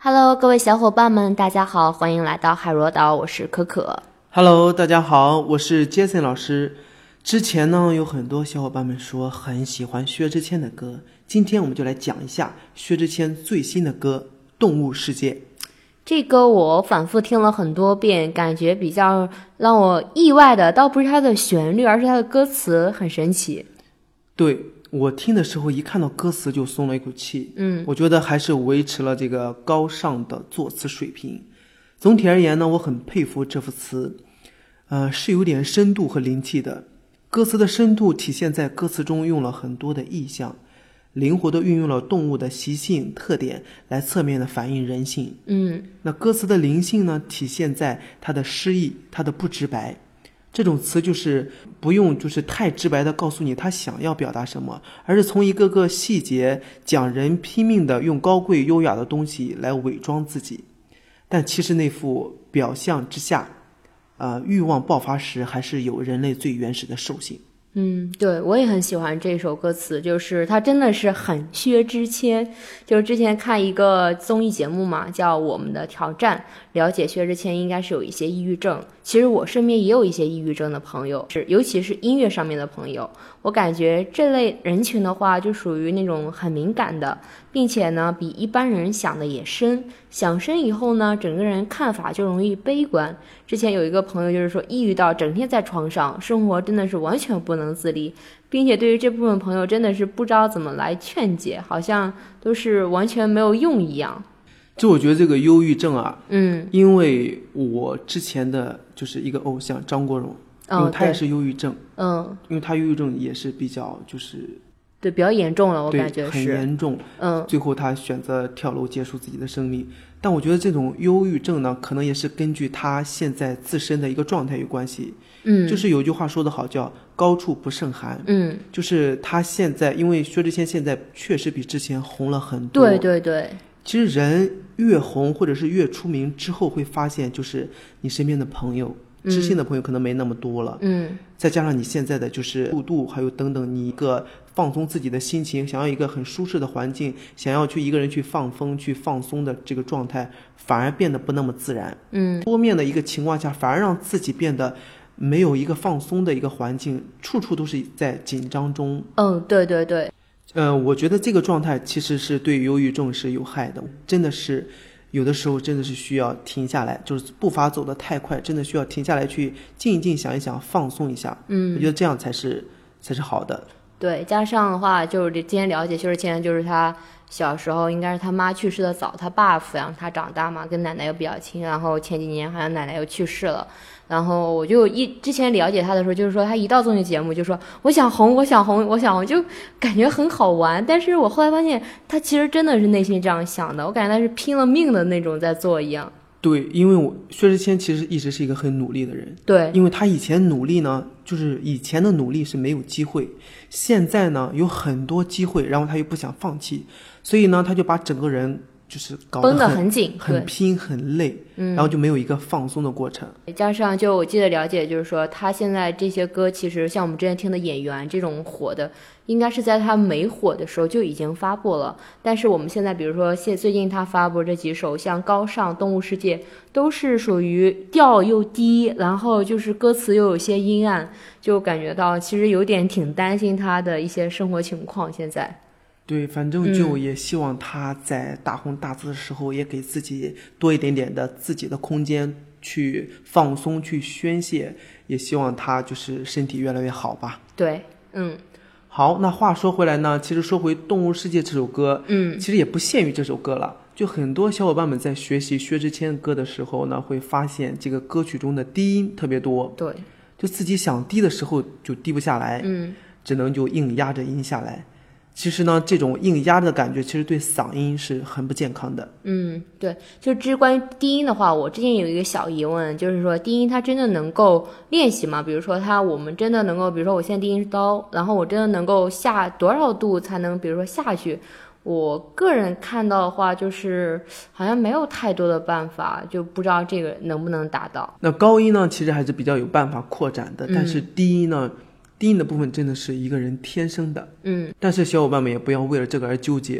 Hello， 各位小伙伴们，大家好，欢迎来到海螺岛，我是可可。 Hello， 大家好，我是 Jason 老师。之前呢，有很多小伙伴们说很喜欢薛之谦的歌，今天我们就来讲一下薛之谦最新的歌《动物世界》。 这歌我反复听了很多遍，感觉比较让我意外的，倒不是它的旋律，而是它的歌词很神奇。 对，我听的时候一看到歌词就松了一口气。我觉得还是维持了这个高尚的作词水平。总体而言呢，我很佩服这副词，是有点深度和灵气的。歌词的深度体现在歌词中用了很多的意象，灵活地运用了动物的习性特点来侧面的反映人性。那歌词的灵性呢，体现在它的诗意，它的不直白。这种词就是不用太直白的告诉你他想要表达什么，而是从一个个细节讲人拼命的用高贵优雅的东西来伪装自己，但其实那副表象之下，欲望爆发时还是有人类最原始的兽性。 对，我也很喜欢这首歌词，就是它真的是很薛之谦。就是之前看一个综艺节目嘛，叫《我们的挑战》，了解薛之谦应该是有一些抑郁症。其实我身边也有一些抑郁症的朋友，尤其是音乐上面的朋友。我感觉这类人群的话，就属于那种很敏感的，并且呢，比一般人想的也深。想深以后呢，整个人看法就容易悲观。之前有一个朋友就是说，抑郁到整天在床上，生活真的是完全不能自理，并且对于这部分朋友真的是不知道怎么来劝解，好像都是完全没有用一样。 就我觉得这个忧郁症啊，因为我之前的就是一个偶像张国荣，因为他也是忧郁症，因为他忧郁症也是比较对，比较严重了，我感觉是很严重。最后他选择跳楼结束自己的生命。但我觉得这种忧郁症呢，可能也是根据他现在自身的一个状态有关系。就是有句话说得好，叫高处不胜寒。就是他现在，因为薛之谦现在确实比之前红了很多。 对。 其实人越红或者是越出名之后，会发现就是你身边的朋友。知心的朋友可能没那么多了，再加上你现在的就是速度还有等等，你一个放松自己的心情，想要一个很舒适的环境，想要去一个人去放风去放松的这个状态，反而变得不那么自然。多面的一个情况下，反而让自己变得没有一个放松的一个环境，处处都是在紧张中。 对。 我觉得这个状态其实是对忧郁症是有害的，真的是有的时候真的是需要停下来，就是步伐走得太快，真的需要停下来去静一静，想一想，放松一下。我觉得这样才是好的。 对，加上的话，就是今天了解薛之谦，就是他小时候应该是他妈去世的早，他爸抚养他长大嘛，跟奶奶又比较亲，然后前几年好像奶奶又去世了。然后我就之前了解他的时候，就是说他一到综艺节目就说我想红，就感觉很好玩。但是我后来发现他其实真的是内心这样想的，我感觉他是拼了命的那种在做一样。 对，因为薛之谦其实一直是一个很努力的人。 对， 因为他以前努力呢，就是以前的努力是没有机会，现在呢有很多机会，然后他又不想放弃，所以呢他就把整个人就是搞得绷得很紧， 很拼很累，然后就没有一个放松的过程。 加上就我记得了解，就是说他现在这些歌，其实像我们之前听的演员这种火的，应该是在他没火的时候就已经发布了。但是我们现在比如说最近他发布这几首，像《高尚》《动物世界》，都是属于调又低，然后就是歌词又有些阴暗，就感觉到其实有点挺担心他的一些生活情况现在。 对，反正就也希望他在大红大紫的时候，也给自己多一点点的自己的空间去放松去宣泄，也希望他就是身体越来越好吧。 对， 好，那话说回来呢，其实说回《动物世界》这首歌，其实也不限于这首歌了。就很多小伙伴们在学习薛之谦歌的时候呢，会发现这个歌曲中的低音特别多。 对， 就自己想低的时候就低不下来，只能就硬压着音下来。其实呢，这种硬压的感觉其实对嗓音是很不健康的。 对，就至于关于低音的话，我之前有一个小疑问，就是说低音它真的能够练习吗？比如说我们真的能够，比如说我现在低音是高，然后我真的能够下多少度才能比如说下去？我个人看到的话，就是好像没有太多的办法，就不知道这个能不能达到。 那高音呢，其实还是比较有办法扩展的，但是低音呢，低音的部分真的是一个人天生的。但是小伙伴们也不要为了这个而纠结，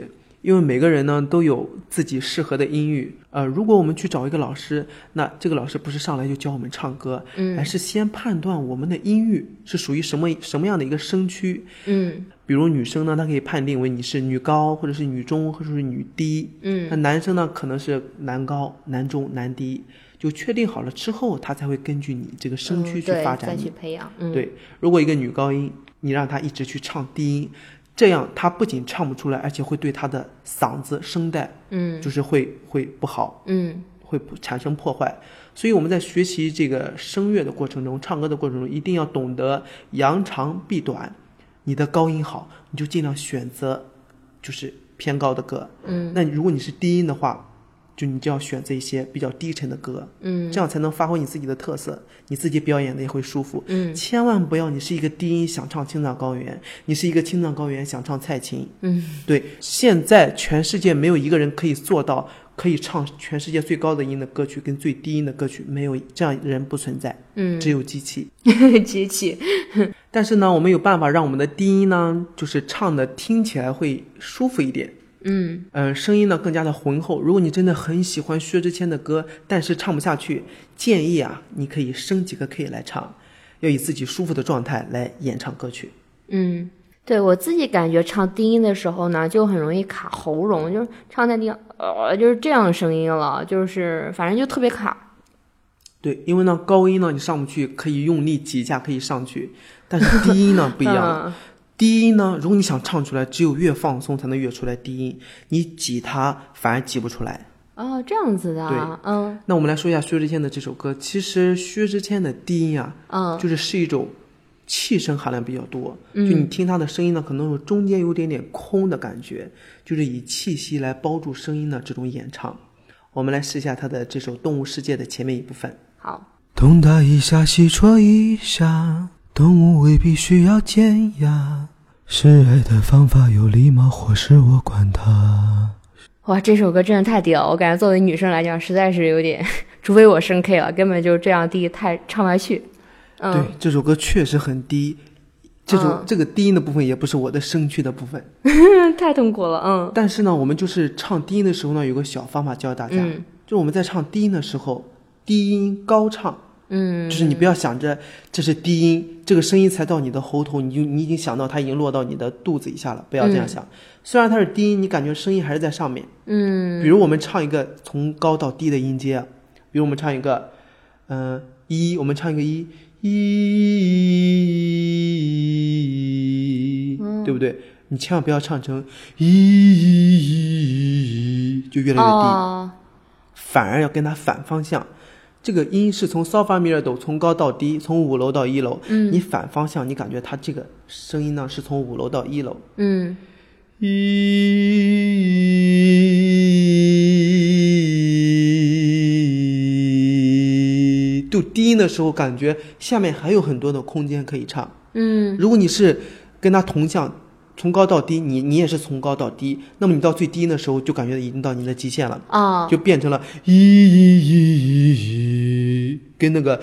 因为每个人呢都有自己适合的音域。如果我们去找一个老师，那这个老师不是上来就教我们唱歌，而是先判断我们的音域是属于什么样的一个声区。比如女生呢，她可以判定为你是女高，或者是女中，或者是女低。那男生呢，可能是男高、男中、男低。就确定好了之后，他才会根据你这个声区去发展你， 再去培养。 对，如果一个女高音，你让她一直去唱低音，这样她不仅唱不出来，而且会对她的嗓子声带，就是会不好，会产生破坏。所以我们在学习这个声乐的过程中，唱歌的过程中，一定要懂得扬长避短。你的高音好，你就尽量选择就是偏高的歌。那如果你是低音的话，你就要选择一些比较低沉的歌，这样才能发挥你自己的特色，你自己表演的也会舒服。千万不要你是一个低音想唱青藏高原，你是一个青藏高原想唱蔡琴。对，现在全世界没有一个人可以做到可以唱全世界最高的音的歌曲跟最低音的歌曲，没有这样人不存在。只有机器。 机器。 但是呢，我们有办法让我们的低音呢，就是唱的听起来会舒服一点。声音呢更加的浑厚。如果你真的很喜欢薛之谦的歌，但是唱不下去，建议啊，你可以升几个 K 来唱，要以自己舒服的状态来演唱歌曲。 对，我自己感觉唱低音的时候呢，就很容易卡喉咙，就是唱在地上，就是这样的声音了，就是反正就特别卡。 对，因为呢高音呢你上不去，可以用力挤一下可以上去，但是低音呢不一样。低音呢，如果你想唱出来，只有越放松才能越出来低音，你挤它反而挤不出来。 这样子的。 对，那我们来说一下薛之谦的这首歌。其实薛之谦的低音啊，就是一种气声含量比较多。就你听他的声音呢，可能有中间有点空的感觉，就是以气息来包住声音的这种演唱。我们来试一下他的这首《动物世界》的前面一部分。 好。 东打一下西戳一下，动物未必需要尖牙，示爱的方法有礼貌或是我管它。 哇，这首歌真的太低了，我感觉作为女生来讲实在是有点，除非我升 K 了，根本就这样低太唱不下去。 对，这首歌确实很低，这个低音的部分也不是我的声区的部分。 太痛苦了。 但是呢，我们就是唱低音的时候呢，有个小方法教大家，就是我们在唱低音的时候，低音高唱。就是你不要想着这是低音，这个声音才到你的喉头，你已经想到它已经落到你的肚子以下了，不要这样想。虽然它是低音，你感觉声音还是在上面。比如我们唱一个从高到低的音阶，比如我们唱一个一，我们唱一个一，对不对？你千万不要唱成一，就越来越低，反而要跟它反方向。这个音是从嗦发咪来哆从高到低，从5楼到1楼。你反方向，你感觉它这个声音呢是从5楼到1楼。就低音的时候，感觉下面还有很多的空间可以唱。如果你是跟它同向，从高到低，你也是从高到低，那么你到最低音的时候，就感觉已经到你的极限了就变成了跟那个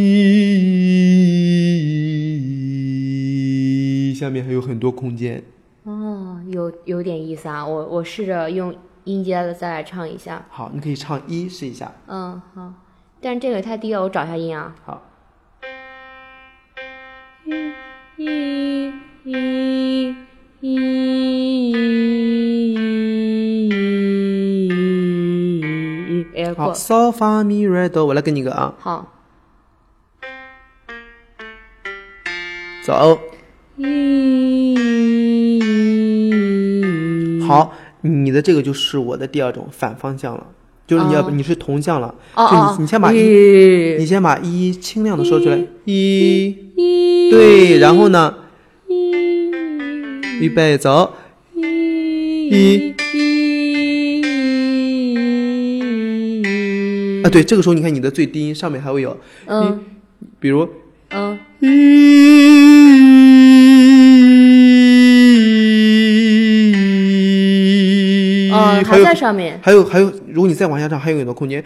下面还有很多空间。 有点意思啊，我试着用音阶的再来唱一下。 好，你可以唱一试一下。 好，但是这个太低了，我找一下音啊。 好。好，嗦发咪来哆，我来跟你个啊。 好。 走。好，你的这个就是我的第二种反方向了，就是你是同向了。你先把你先把一清亮的说出来，对，然后呢，预备走，对，这个时候你看你的最低音上面还会有比如还在上面， 还有，如果你再往下唱，还有很多空间，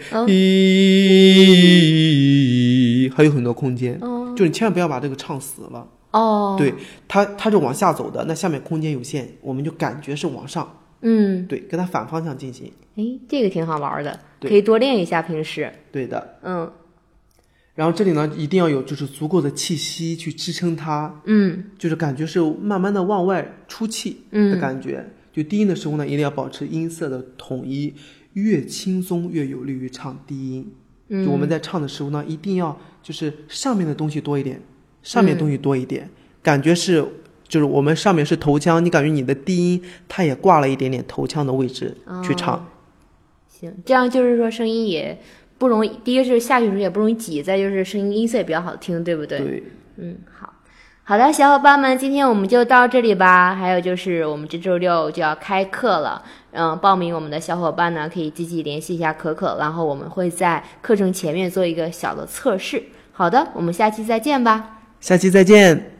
还有很多空间，就你千万不要把这个唱死了。对，它是往下走的，那下面空间有限，我们就感觉是往上， 对，跟它反方向进行。 这个挺好玩的，可以多练一下平时。 对的，然后这里呢，一定要有就是足够的气息去支撑它，就是感觉是慢慢的往外出气的感觉。就低音的时候呢，一定要保持音色的统一，越轻松越有利于唱低音。就我们在唱的时候呢，一定要就是上面的东西多一点，上面东西多一点，感觉是就是我们上面是头腔，你感觉你的低音它也挂了一点点头腔的位置去唱。 行，这样就是说声音也不容易，第一个是下去的时候也不容易挤，再就是声音色也比较好听，对不对？ 对， 好的，小伙伴们，今天我们就到这里吧。还有就是我们这周6就要开课了，报名我们的小伙伴呢，可以积极联系一下可可，然后我们会在课程前面做一个小的测试。好的，我们下期再见吧。 下期再见。